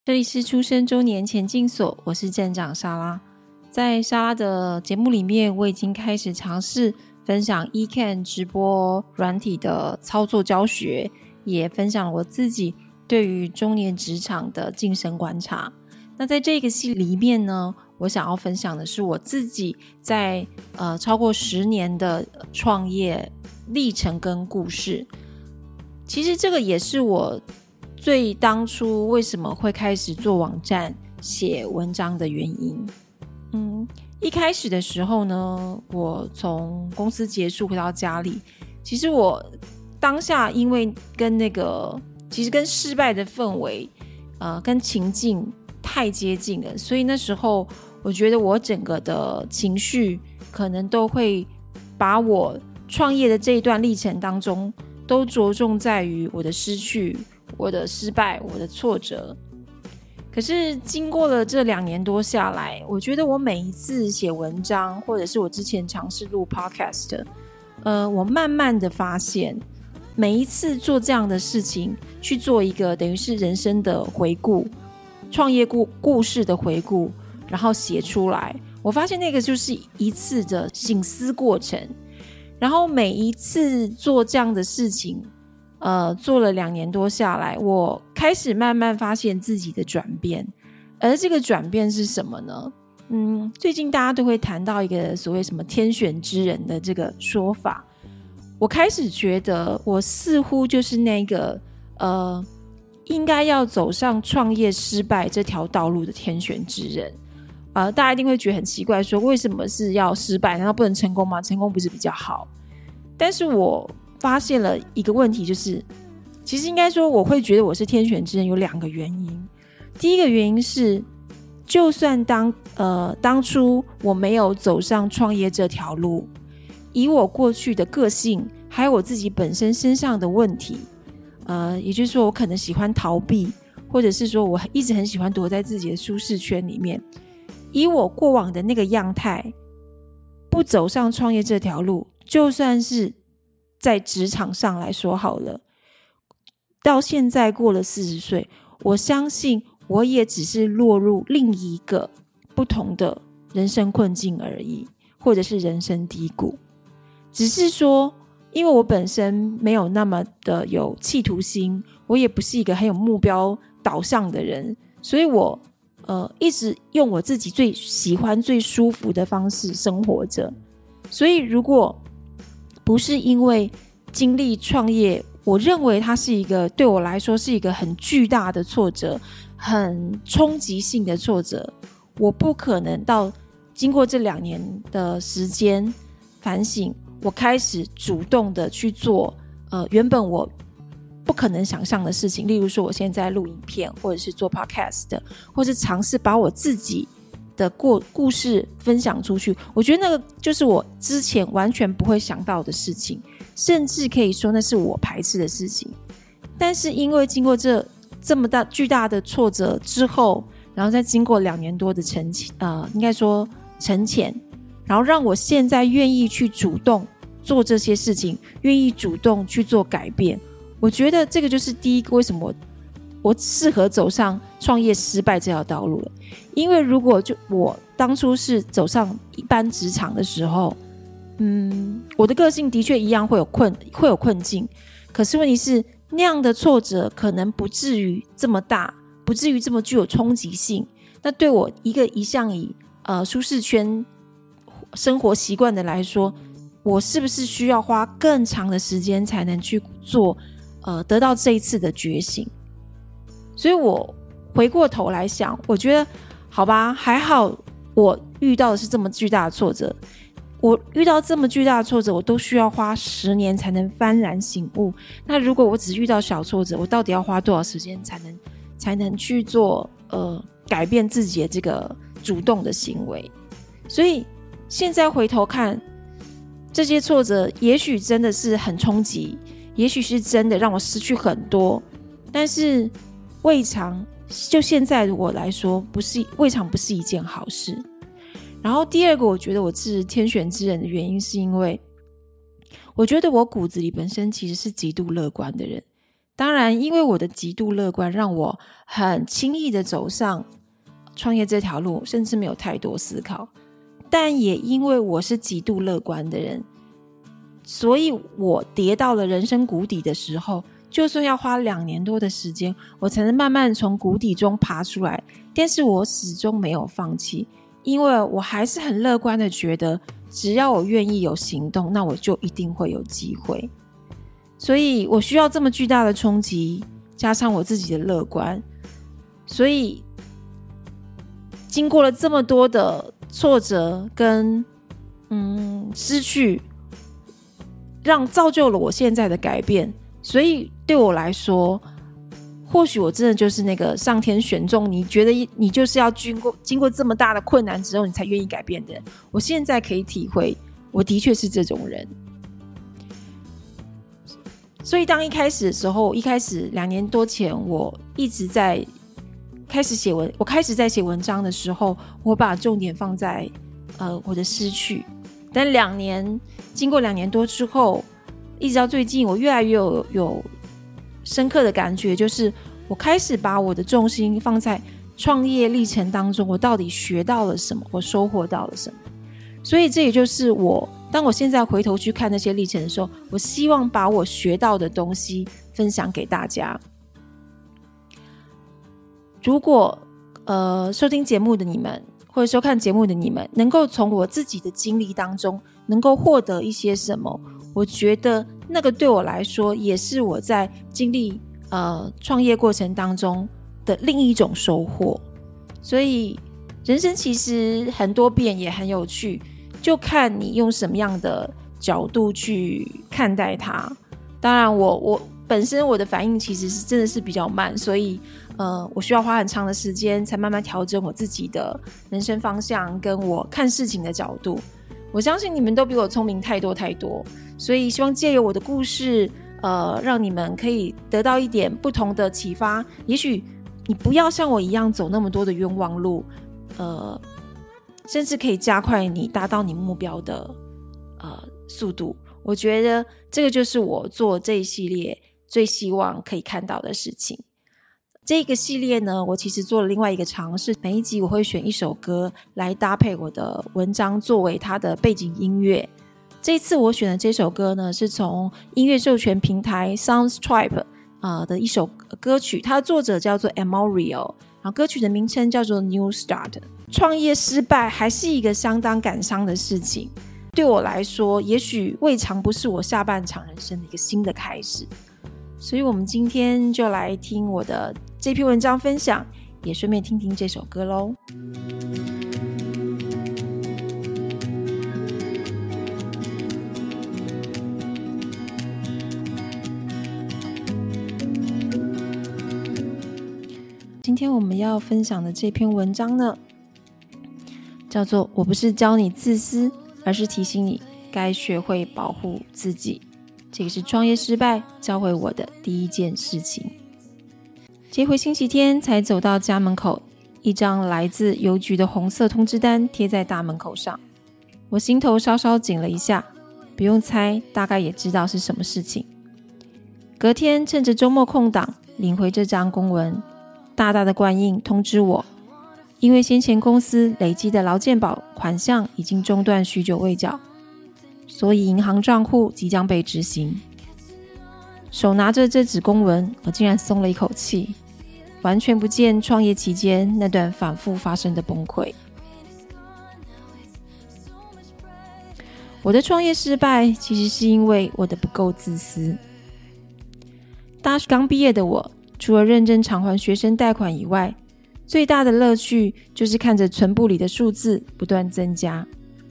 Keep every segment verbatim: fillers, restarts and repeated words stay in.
这里是出生周年前进所，我是站长莎拉。在莎拉的节目里面，我已经开始尝试分享 eCan 直播软体的操作教学，也分享了我自己对于中年职场的晋升观察。那在这个系里面呢，我想要分享的是我自己在呃超过十年的创业历程跟故事。其实这个也是我最当初为什么会开始做网站写文章的原因。嗯，一开始的时候呢，我从公司结束回到家里，其实我当下因为跟那个其实跟失败的氛围呃，跟情境太接近了，所以那时候我觉得我整个的情绪可能都会把我创业的这一段历程当中都着重在于我的失去，我的失败，我的挫折。可是经过了这两年多下来，我觉得我每一次写文章，或者是我之前尝试录 podcast， 呃，我慢慢的发现，每一次做这样的事情，去做一个等于是人生的回顾，创业故故事的回顾，然后写出来，我发现那个就是一次的省思过程。然后每一次做这样的事情呃，做了两年多下来，我开始慢慢发现自己的转变。而这个转变是什么呢？嗯，最近大家都会谈到一个所谓什么天选之人的这个说法。我开始觉得我似乎就是那个呃，应该要走上创业失败这条道路的天选之人。呃，大家一定会觉得很奇怪，说为什么是要失败？难道不能成功吗？成功不是比较好？但是我发现了一个问题，就是其实应该说我会觉得我是天选之人有两个原因。第一个原因是，就算当呃当初我没有走上创业这条路，以我过去的个性，还有我自己本身身上的问题，呃，也就是说我可能喜欢逃避，或者是说我一直很喜欢躲在自己的舒适圈里面，以我过往的那个样态，不走上创业这条路，就算是在职场上来说好了，到现在过了四十岁，我相信我也只是落入另一个不同的人生困境而已，或者是人生低谷。只是说因为我本身没有那么的有企图心，我也不是一个很有目标导向的人，所以我呃一直用我自己最喜欢最舒服的方式生活着。所以如果不是因为经历创业，我认为它是一个对我来说是一个很巨大的挫折，很冲击性的挫折，我不可能到经过这两年的时间反省，我开始主动的去做呃原本我不可能想象的事情，例如说我现在录影片，或者是做 podcast， 或是尝试把我自己的过故事分享出去。我觉得那个就是我之前完全不会想到的事情，甚至可以说那是我排斥的事情。但是因为经过这这么大巨大的挫折之后，然后再经过两年多的沉呃，应该说沉潜，然后让我现在愿意去主动做这些事情，愿意主动去做改变。我觉得这个就是第一个为什么我我适合走上创业失败这条道路了。因为如果就我当初是走上一般职场的时候，嗯，我的个性的确一样会有困会有困境，可是问题是那样的挫折可能不至于这么大，不至于这么具有冲击性。那对我一个一向以呃舒适圈生活习惯的来说，我是不是需要花更长的时间才能去做呃得到这一次的觉醒？所以我回过头来想，我觉得好吧，还好我遇到的是这么巨大的挫折，我遇到这么巨大的挫折，我都需要花十年才能幡然醒悟。那如果我只遇到小挫折，我到底要花多少时间才能才能去做呃改变自己的这个主动的行为？所以现在回头看，这些挫折也许真的是很冲击，也许是真的让我失去很多，但是未尝就现在的我来说，不是未尝不是一件好事。然后第二个我觉得我是天选之人的原因，是因为我觉得我骨子里本身其实是极度乐观的人。 当然因为我的极度乐观让我很轻易的走上创业这条路，甚至没有太多思考，但也因为我是极度乐观的人，所以我跌到了人生谷底的时候，就算要花两年多的时间我才能慢慢从谷底中爬出来，但是我始终没有放弃，因为我还是很乐观的觉得只要我愿意有行动，那我就一定会有机会。所以我需要这么巨大的冲击，加上我自己的乐观，所以经过了这么多的挫折跟嗯失去，让造就了我现在的改变。所以对我来说，或许我真的就是那个上天选中你觉得你就是要经过经过这么大的困难之后你才愿意改变的人。我现在可以体会，我的确是这种人。所以当一开始的时候，一开始两年多前我一直在开始写文我开始在写文章的时候，我把重点放在呃我的失去。但两年经过两年多之后，一直到最近，我越来越有有深刻的感觉，就是我开始把我的重心放在创业历程当中，我到底学到了什么，我收获到了什么。所以这也就是我当我现在回头去看那些历程的时候，我希望把我学到的东西分享给大家。如果呃收听节目的你们或者收看节目的你们能够从我自己的经历当中能够获得一些什么，我觉得那个对我来说也是我在经历呃创业过程当中的另一种收获。所以人生其实很多变，也很有趣，就看你用什么样的角度去看待它。当然我我本身我的反应其实是真的是比较慢，所以呃，我需要花很长的时间才慢慢调整我自己的人生方向跟我看事情的角度。我相信你们都比我聪明太多太多，所以希望借由我的故事呃，让你们可以得到一点不同的启发。也许你不要像我一样走那么多的冤枉路，呃，甚至可以加快你达到你目标的呃速度。我觉得这个就是我做这一系列最希望可以看到的事情。这个系列呢，我其实做了另外一个尝试，每一集我会选一首歌来搭配我的文章作为它的背景音乐。这次我选的这首歌呢，是从音乐授权平台 Soundstripe、呃、的一首歌曲，它的作者叫做 Amorio， 然后歌曲的名称叫做 New Start。 创业失败还是一个相当感伤的事情，对我来说也许未尝不是我下半场人生的一个新的开始。所以我们今天就来听我的这篇文章分享，也顺便听听这首歌咯。今天我们要分享的这篇文章呢，叫做我不是教你自私，而是提醒你该学会保护自己。这个是创业失败教会我的第一件事情。这回星期天才走到家门口，一张来自邮局的红色通知单贴在大门口上，我心头稍稍紧了一下，不用猜，大概也知道是什么事情。隔天趁着周末空档领回这张公文，大大的官印通知我，因为先前公司累积的劳健保款项已经中断许久未缴，所以银行账户即将被执行。手拿着这纸公文，我竟然松了一口气，完全不见创业期间那段反复发生的崩溃。我的创业失败其实是因为我的不够自私。大学刚毕业的我，除了认真偿还学生贷款以外，最大的乐趣就是看着存簿里的数字不断增加。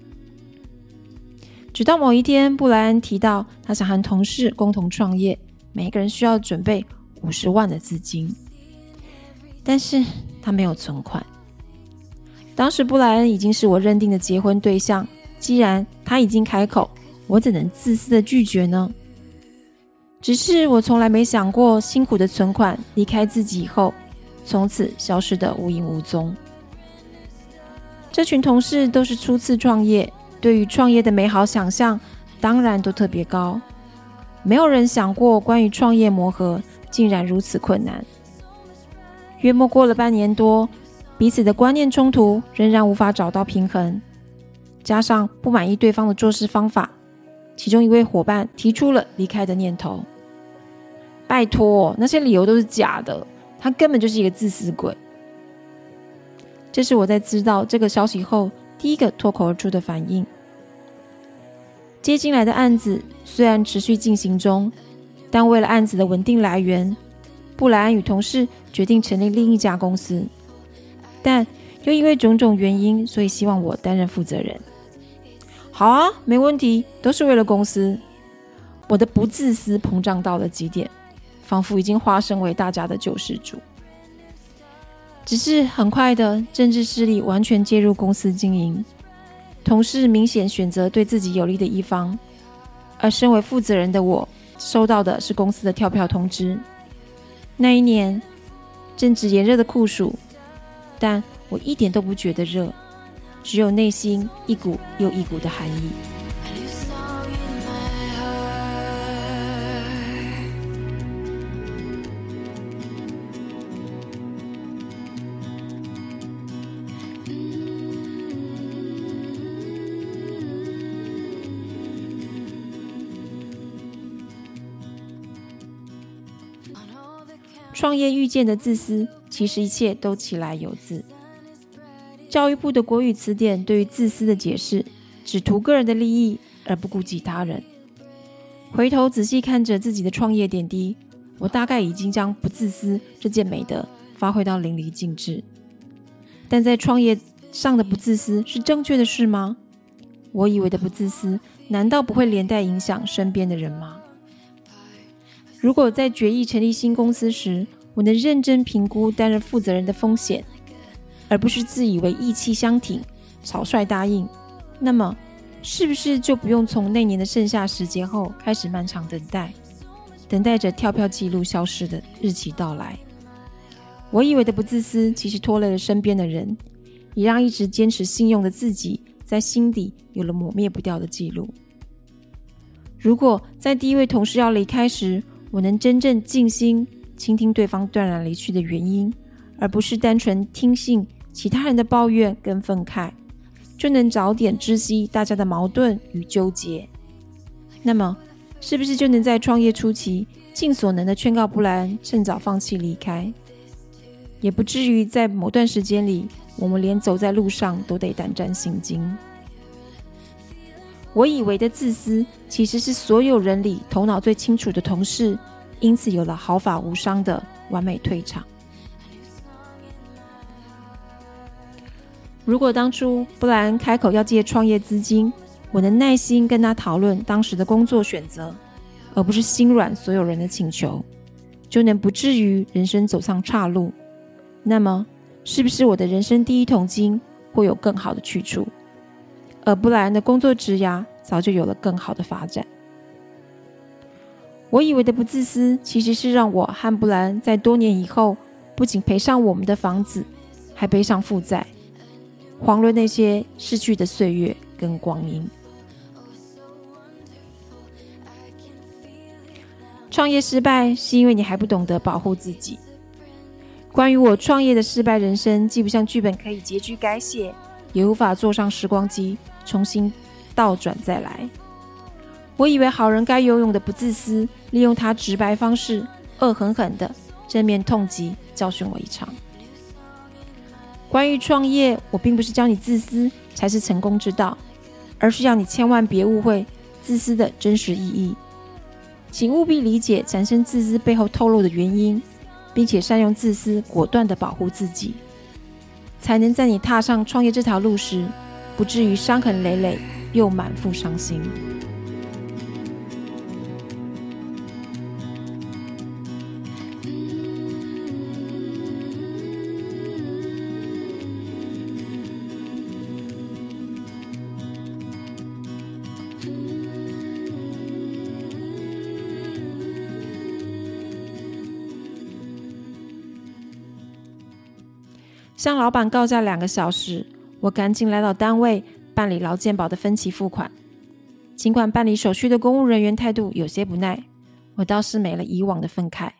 直到某一天，布莱恩提到他想和同事共同创业，每个人需要准备五十万的资金，但是他没有存款。当时布莱恩已经是我认定的结婚对象，既然他已经开口，我怎能自私的拒绝呢？只是我从来没想过，辛苦的存款离开自己以后，从此消失得无影无踪。这群同事都是初次创业，对于创业的美好想象当然都特别高。没有人想过关于创业磨合竟然如此困难。约莫过了半年多，彼此的观念冲突仍然无法找到平衡，加上不满意对方的做事方法，其中一位伙伴提出了离开的念头。拜托，那些理由都是假的，他根本就是一个自私鬼。这是我在知道这个消息后第一个脱口而出的反应。接进来的案子虽然持续进行中，但为了案子的稳定来源，布莱恩与同事决定成立另一家公司，但又因为种种原因，所以希望我担任负责人。好啊，没问题，都是为了公司。我的不自私膨胀到了极点，仿佛已经化身为大家的救世主。只是很快的，政治势力完全介入公司经营，同事明显选择对自己有利的一方，而身为负责人的我，收到的是公司的跳票通知。那一年正值炎热的酷暑，但我一点都不觉得热，只有内心一股又一股的寒意。创业遇见的自私，其实一切都其来有自。教育部的国语词典对于自私的解释，只图个人的利益而不顾及他人。回头仔细看着自己的创业点滴，我大概已经将不自私这件美德发挥到淋漓尽致。但在创业上的不自私是正确的事吗？我以为的不自私，难道不会连带影响身边的人吗？如果在决议成立新公司时，我能认真评估担任负责人的风险，而不是自以为意气相挺、草率答应，那么是不是就不用从那年的盛夏时节后开始漫长等待，等待着跳票记录消失的日期到来？我以为的不自私，其实拖累了身边的人，也让一直坚持信用的自己在心底有了抹灭不掉的记录。如果在第一位同事要离开时，我能真正静心倾听对方断然离去的原因，而不是单纯听信其他人的抱怨跟愤慨，就能早点知悉大家的矛盾与纠结。那么是不是就能在创业初期尽所能的劝告布莱恩趁早放弃离开，也不至于在某段时间里我们连走在路上都得胆战心惊。我以为的自私，其实是所有人里头脑最清楚的同事，因此有了毫发无伤的完美退场。如果当初布莱恩开口要借创业资金，我能耐心跟他讨论当时的工作选择，而不是心软所有人的请求，就能不至于人生走上岔路。那么是不是我的人生第一桶金会有更好的去处，而布莱恩的工作职涯早就有了更好的发展？我以为的不自私，其实是让我和布莱恩在多年以后，不仅赔上我们的房子，还背上负债，遑论那些逝去的岁月跟光阴。创业失败是因为你还不懂得保护自己。关于我创业的失败人生，既不像剧本可以结局改写，也无法坐上时光机重新倒转再来。我以为好人该游泳的不自私，利用他直白方式，恶狠狠的正面痛击教训我一场。关于创业，我并不是教你自私才是成功之道，而是要你千万别误会自私的真实意义。请务必理解产生自私背后透露的原因，并且善用自私果断地保护自己，才能在你踏上创业这条路时，不至于伤痕累累又满腹伤心。向老板告假两个小时，我赶紧来到单位办理劳健保的分期付款。尽管办理手续的公务人员态度有些不耐，我倒是没了以往的愤慨，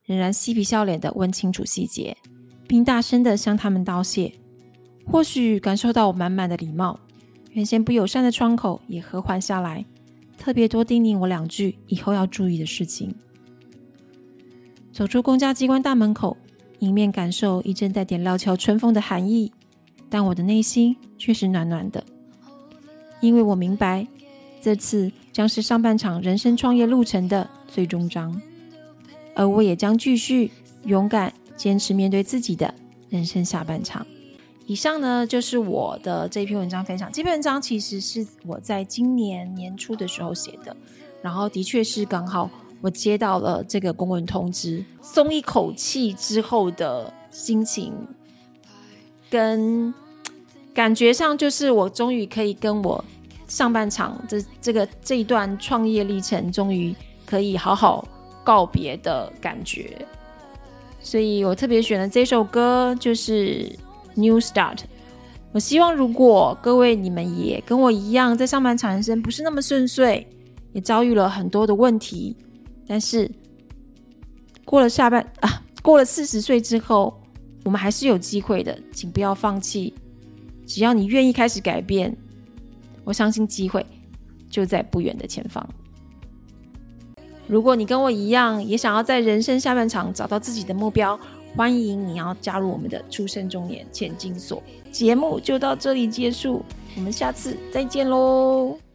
仍然嬉皮笑脸地问清楚细节，并大声地向他们道谢。或许感受到我满满的礼貌，原先不友善的窗口也和缓下来，特别多叮咛我两句以后要注意的事情。走出公家机关大门口，迎面感受一阵带点料峭春风的寒意，但我的内心却是暖暖的，因为我明白这次将是上半场人生创业路程的最终章，而我也将继续勇敢坚持面对自己的人生下半场。以上呢就是我的这篇文章分享。这篇文章其实是我在今年年初的时候写的，然后的确是刚好我接到了这个公文通知，松一口气之后的心情跟感觉上，就是我终于可以跟我上半场这这个这一段创业历程终于可以好好告别的感觉。所以我特别选了这首歌，就是New Start。 我希望如果各位你们也跟我一样，在上半场人生不是那么顺遂，也遭遇了很多的问题，但是过了下半啊，过了四十岁之后，我们还是有机会的，请不要放弃。只要你愿意开始改变，我相信机会就在不远的前方。如果你跟我一样，也想要在人生下半场找到自己的目标，欢迎你要加入我们的初生中年前进所。节目就到这里结束，我们下次再见咯。